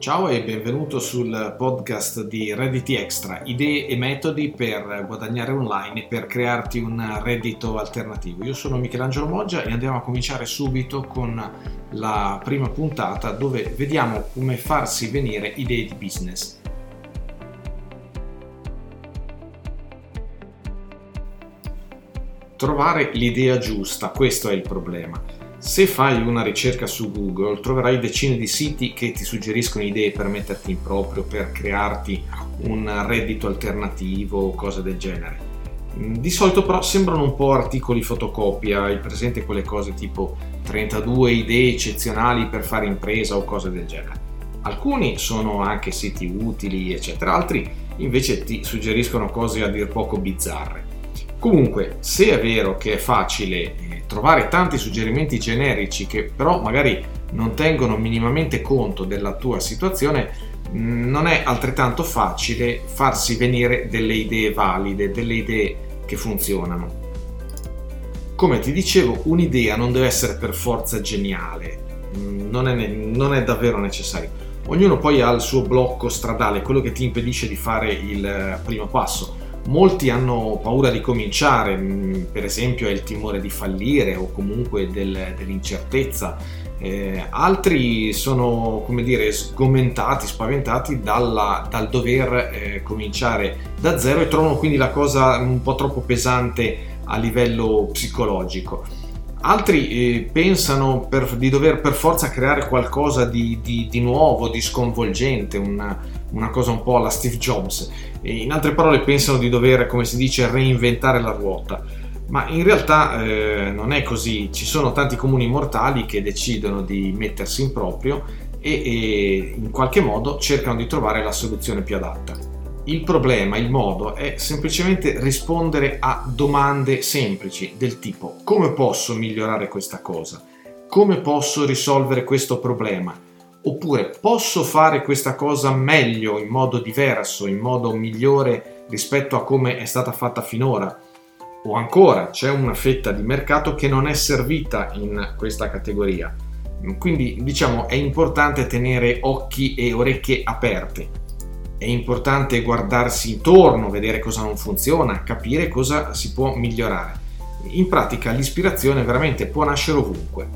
Ciao e benvenuto sul podcast di Redditi Extra, idee e metodi per guadagnare online e per crearti un reddito alternativo. Io sono Michelangelo Moggia e andiamo a cominciare subito con la prima puntata dove vediamo come farsi venire idee di business. Trovare l'idea giusta, questo è il problema. Se fai una ricerca su Google troverai decine di siti che ti suggeriscono idee per metterti in proprio, per crearti un reddito alternativo o cose del genere. Di solito però sembrano un po' articoli fotocopia, hai presente quelle cose tipo 32 idee eccezionali per fare impresa o cose del genere. Alcuni sono anche siti utili eccetera, altri invece ti suggeriscono cose a dir poco bizzarre. Comunque, se è vero che è facile trovare tanti suggerimenti generici che però magari non tengono minimamente conto della tua situazione, non è altrettanto facile farsi venire delle idee valide, delle idee che funzionano. Come ti dicevo, un'idea non deve essere per forza geniale, non è davvero necessario. Ognuno poi ha il suo blocco stradale, quello che ti impedisce di fare il primo passo. Molti hanno paura di cominciare, per esempio è il timore di fallire o comunque dell'incertezza. Altri sono, sgomentati, spaventati dal dover cominciare da zero e trovano quindi la cosa un po' troppo pesante a livello psicologico. Altri pensano di dover per forza creare qualcosa di nuovo, di sconvolgente, una cosa un po' alla Steve Jobs. In altre parole pensano di dover, come si dice, reinventare la ruota. Ma in realtà non è così. Ci sono tanti comuni mortali che decidono di mettersi in proprio e in qualche modo cercano di trovare la soluzione più adatta. Il problema, il modo è semplicemente rispondere a domande semplici del tipo: come posso migliorare questa cosa? Come posso risolvere questo problema? Oppure posso fare questa cosa meglio, in modo diverso, in modo migliore rispetto a come è stata fatta finora? O ancora c'è una fetta di mercato che non è servita in questa categoria. Quindi è importante tenere occhi e orecchie aperte. È importante guardarsi intorno, vedere cosa non funziona, capire cosa si può migliorare. In pratica l'ispirazione veramente può nascere ovunque.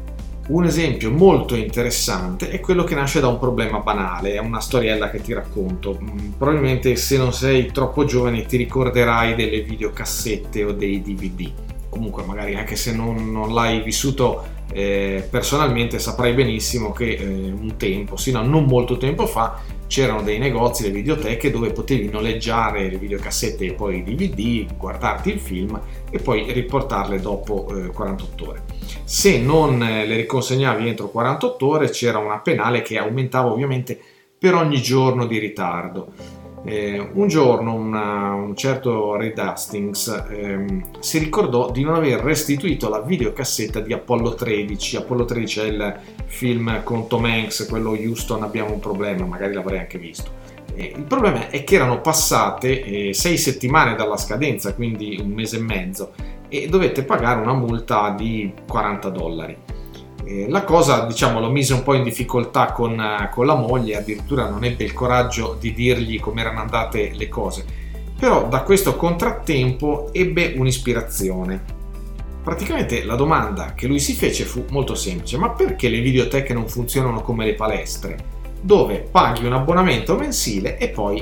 Un esempio molto interessante è quello che nasce da un problema banale, è una storiella che ti racconto. Probabilmente se non sei troppo giovane ti ricorderai delle videocassette o dei DVD. Comunque magari anche se non l'hai vissuto personalmente saprai benissimo che un tempo, non molto tempo fa, c'erano dei negozi, le videoteche dove potevi noleggiare le videocassette e poi i DVD, guardarti il film e poi riportarle dopo 48 ore. Se non le riconsegnavi entro 48 ore c'era una penale che aumentava ovviamente per ogni giorno di ritardo. Un giorno un certo Reed Hastings si ricordò di non aver restituito la videocassetta di Apollo 13. Apollo 13 è il film con Tom Hanks, quello Houston abbiamo un problema, magari l'avrei anche visto. Il problema è che erano passate 6 settimane dalla scadenza, quindi un mese e mezzo, e dovette pagare una multa di $40. La cosa lo mise un po' in difficoltà con la moglie, addirittura non ebbe il coraggio di dirgli come erano andate le cose, però da questo contrattempo ebbe un'ispirazione. Praticamente la domanda che lui si fece fu molto semplice: ma perché le videoteche non funzionano come le palestre, dove paghi un abbonamento mensile e poi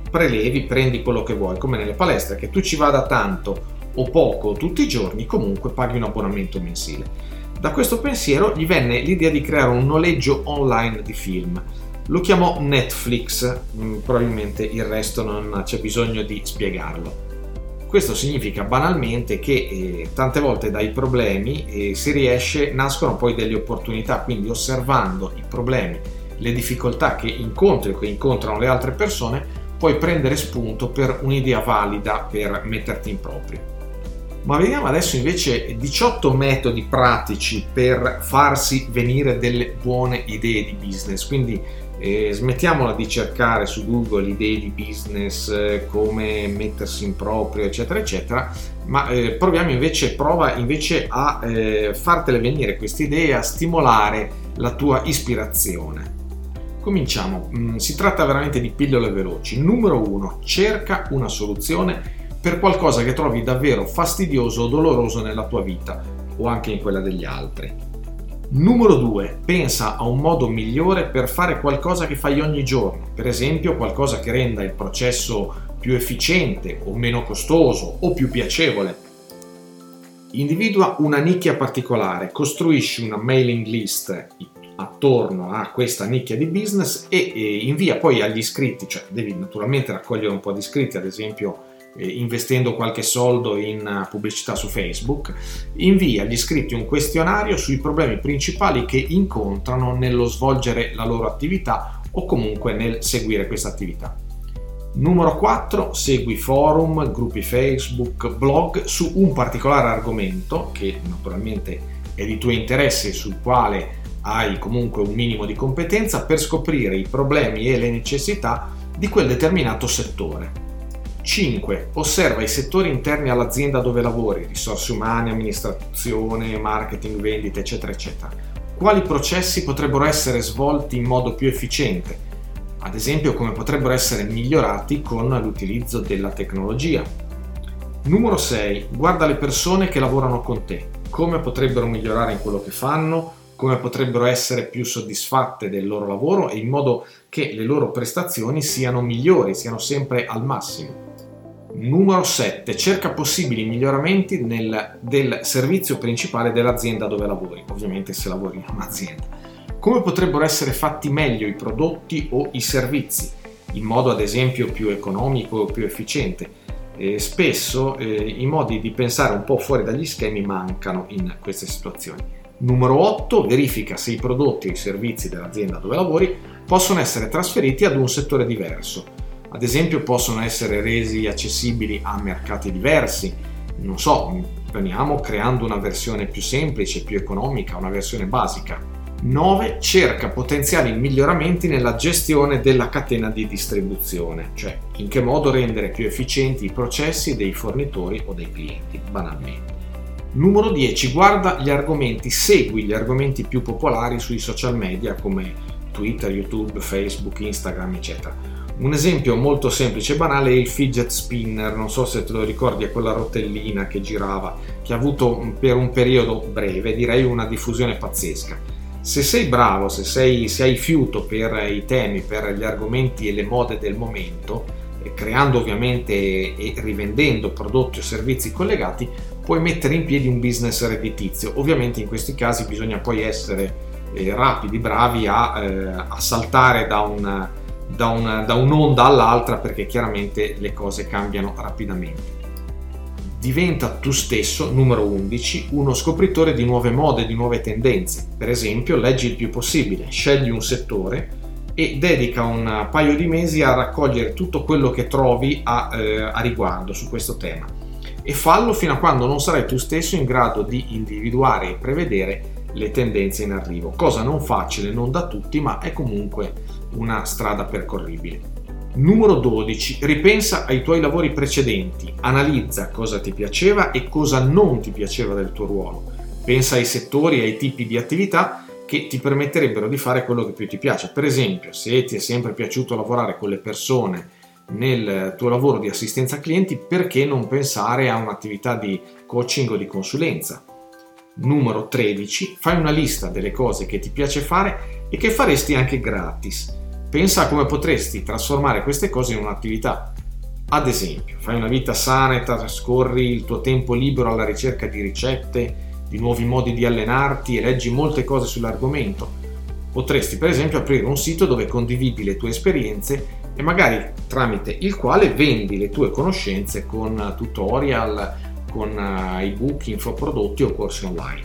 prendi quello che vuoi, come nelle palestre, che tu ci vada tanto o poco tutti i giorni, comunque paghi un abbonamento mensile. Da questo pensiero gli venne l'idea di creare un noleggio online di film. Lo chiamò Netflix, probabilmente il resto non c'è bisogno di spiegarlo. Questo significa banalmente che tante volte dai problemi nascono poi delle opportunità, quindi osservando i problemi, le difficoltà che incontri o che incontrano le altre persone, puoi prendere spunto per un'idea valida per metterti in proprio. Ma vediamo adesso invece 18 metodi pratici per farsi venire delle buone idee di business. Quindi smettiamola di cercare su Google idee di business, come mettersi in proprio eccetera eccetera, ma prova invece a fartele venire queste idee, a stimolare la tua ispirazione. Cominciamo, si tratta veramente di pillole veloci. Numero 1, cerca una soluzione per qualcosa che trovi davvero fastidioso o doloroso nella tua vita o anche in quella degli altri. Numero 2, pensa a un modo migliore per fare qualcosa che fai ogni giorno, per esempio qualcosa che renda il processo più efficiente o meno costoso o più piacevole. Individua una nicchia particolare, costruisci una mailing list attorno a questa nicchia di business e invia poi agli iscritti, cioè devi naturalmente raccogliere un po' di iscritti, ad esempio investendo qualche soldo in pubblicità su Facebook, invia agli iscritti un questionario sui problemi principali che incontrano nello svolgere la loro attività o comunque nel seguire questa attività. Numero 4, segui forum, gruppi Facebook, blog su un particolare argomento che naturalmente è di tuo interesse e sul quale hai comunque un minimo di competenza per scoprire i problemi e le necessità di quel determinato settore. 5. Osserva i settori interni all'azienda dove lavori, risorse umane, amministrazione, marketing, vendite, eccetera, eccetera. Quali processi potrebbero essere svolti in modo più efficiente? Ad esempio, come potrebbero essere migliorati con l'utilizzo della tecnologia. Numero 6. Guarda le persone che lavorano con te. Come potrebbero migliorare in quello che fanno? Come potrebbero essere più soddisfatte del loro lavoro e in modo che le loro prestazioni siano migliori, siano sempre al massimo. Numero 7. Cerca possibili miglioramenti del servizio principale dell'azienda dove lavori, ovviamente se lavori in un'azienda. Come potrebbero essere fatti meglio i prodotti o i servizi, in modo ad esempio più economico o più efficiente. Spesso i modi di pensare un po' fuori dagli schemi mancano in queste situazioni. Numero 8. Verifica se i prodotti o i servizi dell'azienda dove lavori possono essere trasferiti ad un settore diverso. Ad esempio possono essere resi accessibili a mercati diversi, non so, veniamo creando una versione più semplice, più economica, una versione basica. 9. Cerca potenziali miglioramenti nella gestione della catena di distribuzione, cioè in che modo rendere più efficienti i processi dei fornitori o dei clienti, banalmente. Numero 10. Guarda gli argomenti, segui gli argomenti più popolari sui social media come Twitter, YouTube, Facebook, Instagram, eccetera. Un esempio molto semplice e banale è il fidget spinner, non so se te lo ricordi, è quella rotellina che girava, che ha avuto per un periodo breve, direi, una diffusione pazzesca. Se sei bravo, se hai fiuto per i temi, per gli argomenti e le mode del momento, creando ovviamente e rivendendo prodotti o servizi collegati, puoi mettere in piedi un business redditizio. Ovviamente in questi casi bisogna poi essere rapidi, bravi a saltare da un'onda all'altra, perché chiaramente le cose cambiano rapidamente. Diventa tu stesso, numero 11, uno scopritore di nuove mode, di nuove tendenze. Per esempio, leggi il più possibile, scegli un settore e dedica un paio di mesi a raccogliere tutto quello che trovi a riguardo su questo tema. E fallo fino a quando non sarai tu stesso in grado di individuare e prevedere le tendenze in arrivo. Cosa non facile, non da tutti, ma è comunque una strada percorribile. Numero 12. Ripensa ai tuoi lavori precedenti, analizza cosa ti piaceva e cosa non ti piaceva del tuo ruolo. Pensa ai settori e ai tipi di attività che ti permetterebbero di fare quello che più ti piace. Per esempio, se ti è sempre piaciuto lavorare con le persone nel tuo lavoro di assistenza clienti, perché non pensare a un'attività di coaching o di consulenza? Numero 13. Fai una lista delle cose che ti piace fare e che faresti anche gratis. Pensa a come potresti trasformare queste cose in un'attività. Ad esempio, fai una vita sana e trascorri il tuo tempo libero alla ricerca di ricette, di nuovi modi di allenarti e leggi molte cose sull'argomento. Potresti per esempio aprire un sito dove condividi le tue esperienze e magari tramite il quale vendi le tue conoscenze con tutorial, con ebook, infoprodotti o corsi online.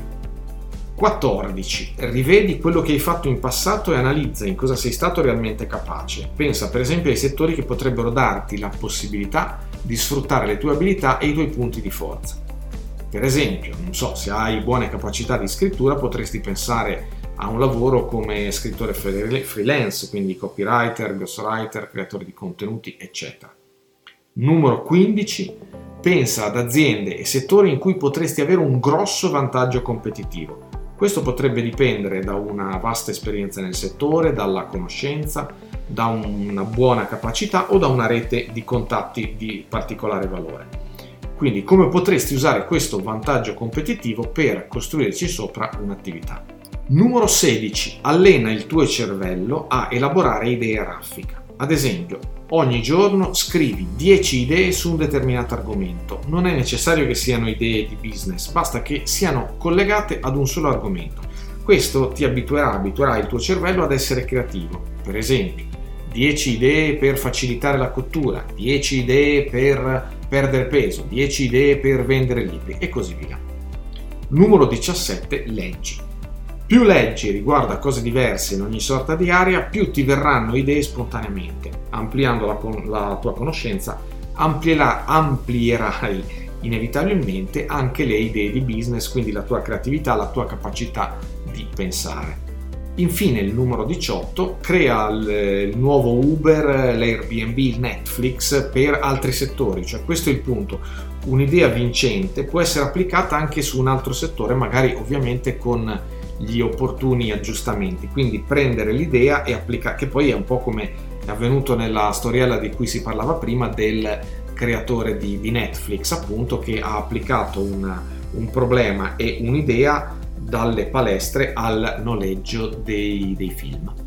14. Rivedi quello che hai fatto in passato e analizza in cosa sei stato realmente capace. Pensa per esempio ai settori che potrebbero darti la possibilità di sfruttare le tue abilità e i tuoi punti di forza. Per esempio, non so, se hai buone capacità di scrittura potresti pensare a un lavoro come scrittore freelance, quindi copywriter, ghostwriter, creatore di contenuti, eccetera. Numero 15. Pensa ad aziende e settori in cui potresti avere un grosso vantaggio competitivo. Questo potrebbe dipendere da una vasta esperienza nel settore, dalla conoscenza, da una buona capacità o da una rete di contatti di particolare valore. Quindi come potresti usare questo vantaggio competitivo per costruirci sopra un'attività? Numero 16. Allena il tuo cervello a elaborare idee a raffica. Ad esempio, ogni giorno scrivi 10 idee su un determinato argomento. Non è necessario che siano idee di business, basta che siano collegate ad un solo argomento. Questo ti abituerà il tuo cervello ad essere creativo. Per esempio, 10 idee per facilitare la cottura, 10 idee per perdere peso, 10 idee per vendere libri e così via. Numero 17. Leggi. Più leggi riguardo a cose diverse in ogni sorta di area, più ti verranno idee spontaneamente. Ampliando la tua conoscenza, amplierai inevitabilmente anche le idee di business, quindi la tua creatività, la tua capacità di pensare. Infine il numero 18, crea il nuovo Uber, l'Airbnb, il Netflix per altri settori, cioè questo è il punto. Un'idea vincente può essere applicata anche su un altro settore, magari ovviamente con gli opportuni aggiustamenti, quindi prendere l'idea e applicare, che poi è un po' come è avvenuto nella storiella di cui si parlava prima del creatore di Netflix, appunto, che ha applicato un problema e un'idea dalle palestre al noleggio dei film.